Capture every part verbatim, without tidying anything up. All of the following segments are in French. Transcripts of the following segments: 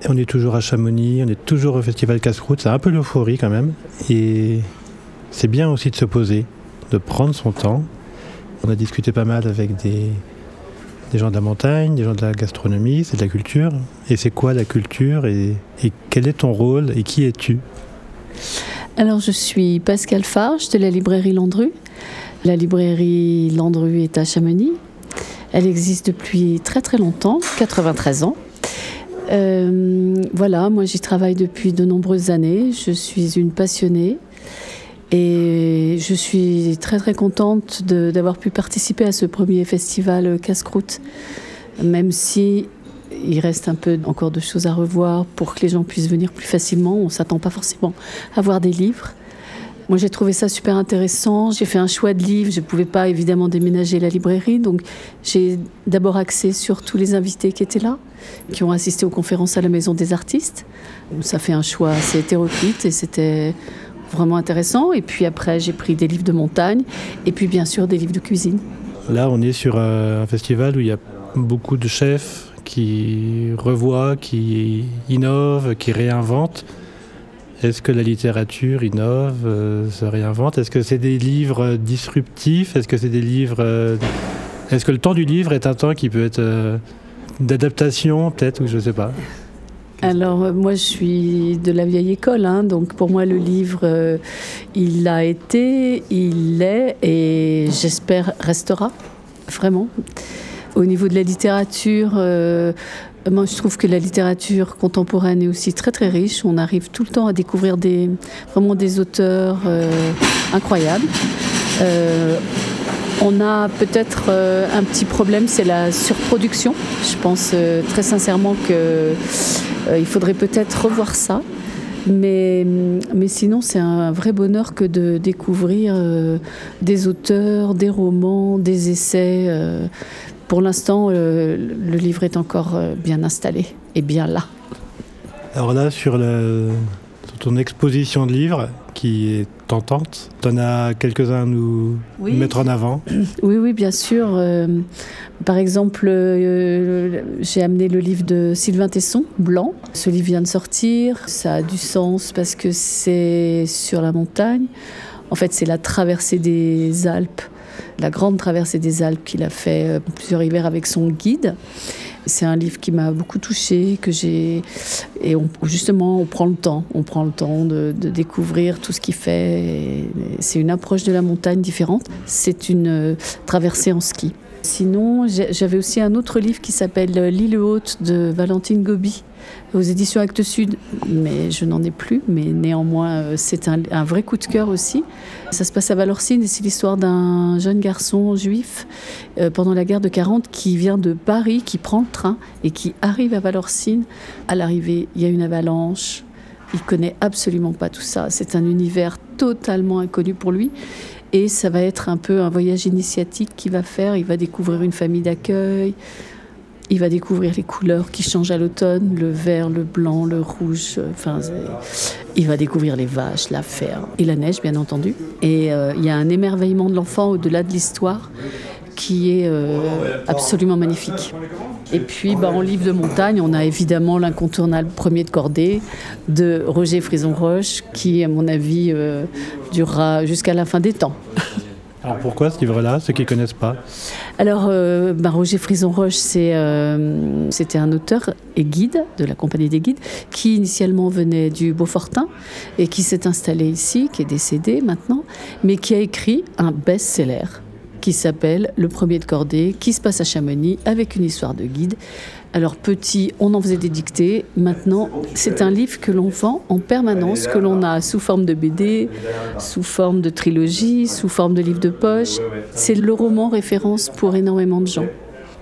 On est toujours à Chamonix, on est toujours au Festival Casse-Croûte, c'est un peu l'euphorie quand même. Et c'est bien aussi de se poser, de prendre son temps. On a discuté pas mal avec des, des gens de la montagne, des gens de la gastronomie, c'est de la culture. Et c'est quoi la culture et, et quel est ton rôle et qui es-tu ? Alors je suis Pascale Farge de la librairie Landru. La librairie Landru est à Chamonix. Elle existe depuis très très longtemps, quatre-vingt-treize ans. Euh, voilà, moi j'y travaille depuis de nombreuses années. Je suis une passionnée et je suis très très contente de, d'avoir pu participer à ce premier festival Casse-Croûte, même si il reste un peu encore de choses à revoir pour que les gens puissent venir plus facilement. On ne s'attend pas forcément à voir des livres. Moi, j'ai trouvé ça super intéressant. J'ai fait un choix de livres. Je ne pouvais pas évidemment déménager la librairie. Donc, j'ai d'abord axé sur tous les invités qui étaient là, qui ont assisté aux conférences à la Maison des Artistes. Ça fait un choix assez hétéroclite et c'était vraiment intéressant. Et puis après, j'ai pris des livres de montagne et puis bien sûr des livres de cuisine. Là, on est sur un festival où il y a beaucoup de chefs qui revoient, qui innovent, qui réinventent. Est-ce que la littérature innove, euh, se réinvente ? Est-ce que c'est des livres disruptifs ? Est-ce que c'est des livres... Euh, est-ce que le temps du livre est un temps qui peut être euh, d'adaptation, peut-être, ou je ne sais pas ? Alors, euh, moi, je suis de la vieille école, hein, donc pour moi, le livre, euh, il l'a été, il l'est, et j'espère restera, vraiment. Au niveau de la littérature... Euh, Moi, je trouve que la littérature contemporaine est aussi très très riche. On arrive tout le temps à découvrir des, vraiment des auteurs euh, incroyables. Euh, on a peut-être euh, un petit problème, c'est la surproduction. Je pense euh, très sincèrement qu'il euh, faudrait peut-être revoir ça. Mais, mais sinon, c'est un vrai bonheur que de découvrir euh, des auteurs, des romans, des essais. Euh, Pour l'instant, le, le livre est encore bien installé et bien là. Alors là, sur, le, sur ton exposition de livres, qui est tentante, tu en as quelques-uns à nous oui. mettre en avant ? Oui, oui, bien sûr. Euh, par exemple, euh, j'ai amené le livre de Sylvain Tesson, Blanc. Ce livre vient de sortir. Ça a du sens parce que c'est sur la montagne. En fait, c'est la traversée des Alpes. La grande traversée des Alpes qu'il a fait plusieurs hivers avec son guide. C'est un livre qui m'a beaucoup touchée, que j'ai et on, justement on prend le temps, on prend le temps de, de découvrir tout ce qu'il fait. Et c'est une approche de la montagne différente. C'est une traversée en ski. Sinon, j'avais aussi un autre livre qui s'appelle L'île haute de Valentine Gobi aux éditions Actes Sud, mais je n'en ai plus, mais néanmoins c'est un, un vrai coup de cœur aussi. Ça se passe à Valorcine et c'est l'histoire d'un jeune garçon juif euh, pendant la guerre de quarante qui vient de Paris, qui prend le train et qui arrive à Valorcine. À l'arrivée, il y a une avalanche, il connaît absolument pas tout ça, c'est un univers totalement inconnu pour lui. Et ça va être un peu un voyage initiatique qu'il va faire. Il va découvrir une famille d'accueil. Il va découvrir les couleurs qui changent à l'automne, le vert, le blanc, le rouge. Enfin, il va découvrir les vaches, la ferme et la neige, bien entendu. Et euh, il y a un émerveillement de l'enfant au-delà de l'histoire qui est euh, absolument magnifique. Et puis, bah, en livre de montagne, on a évidemment l'incontournable Premier de cordée de Roger Frison-Roche, qui, à mon avis, euh, durera jusqu'à la fin des temps. Alors pourquoi ce livre-là, ceux qui ne connaissent pas ? Alors, euh, bah, Roger Frison-Roche, c'est, euh, c'était un auteur et guide de la Compagnie des Guides, qui initialement venait du Beaufortin et qui s'est installé ici, qui est décédé maintenant, mais qui a écrit un best-seller qui s'appelle Le Premier de cordée, qui se passe à Chamonix avec une histoire de guide. Alors petit, on en faisait des dictées. Maintenant, c'est un livre que l'on vend en permanence, que l'on a sous forme de B D, sous forme de trilogie, sous forme de livre de poche. C'est le roman référence pour énormément de gens.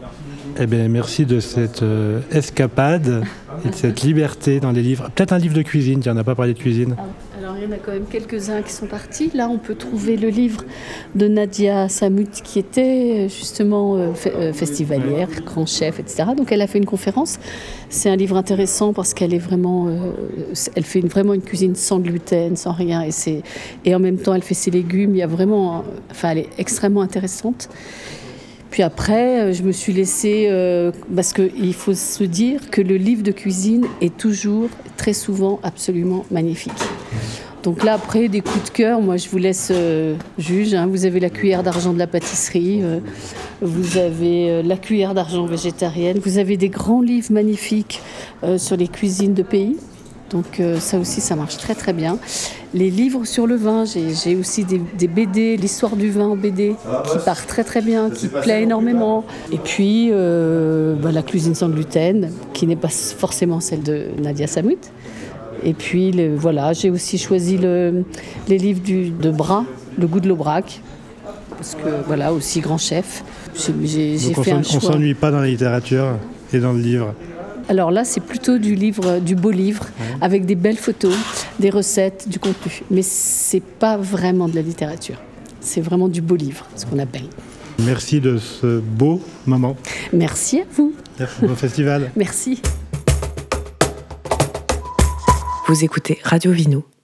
Eh bien, merci de cette euh, escapade et de cette liberté dans les livres. Peut-être un livre de cuisine, tu n'en as pas parlé de cuisine. Alors, il y en a quand même quelques-uns qui sont partis. Là, on peut trouver le livre de Nadia Samut, qui était justement euh, fe- festivalière, grand chef, et cetera. Donc, elle a fait une conférence. C'est un livre intéressant parce qu'elle est vraiment... Euh, elle fait une, vraiment une cuisine sans gluten, sans rien. Et, c'est, et en même temps, elle fait ses légumes. Il y a vraiment... Enfin, elle est extrêmement intéressante. Puis après, je me suis laissée, euh, parce qu'il faut se dire que le livre de cuisine est toujours, très souvent, absolument magnifique. Donc là, après, des coups de cœur, moi je vous laisse euh, juge. Hein. Vous avez la cuillère d'argent de la pâtisserie, euh, vous avez euh, la cuillère d'argent végétarienne, vous avez des grands livres magnifiques euh, sur les cuisines de pays. Donc euh, ça aussi, ça marche très très bien. Les livres sur le vin, j'ai, j'ai aussi des, des B D, l'histoire du vin en B D, qui part très très bien, qui plaît énormément. Et puis euh, bah, la cuisine sans gluten, qui n'est pas forcément celle de Nadia Samut. Et puis le, voilà, j'ai aussi choisi le, les livres du, de Bras, Le goût de l'Aubrac, parce que voilà, aussi grand chef. J'ai, j'ai, j'ai Donc fait on un choix. ne s'ennuie pas dans la littérature et dans le livre. Alors là, c'est plutôt du livre, du beau livre, ouais. Avec des belles photos, des recettes, du contenu. Mais c'est pas vraiment de la littérature. C'est vraiment du beau livre, ce qu'on appelle. Merci de ce beau moment. Merci à vous. Merci au festival. Merci. Vous écoutez Radio Vino,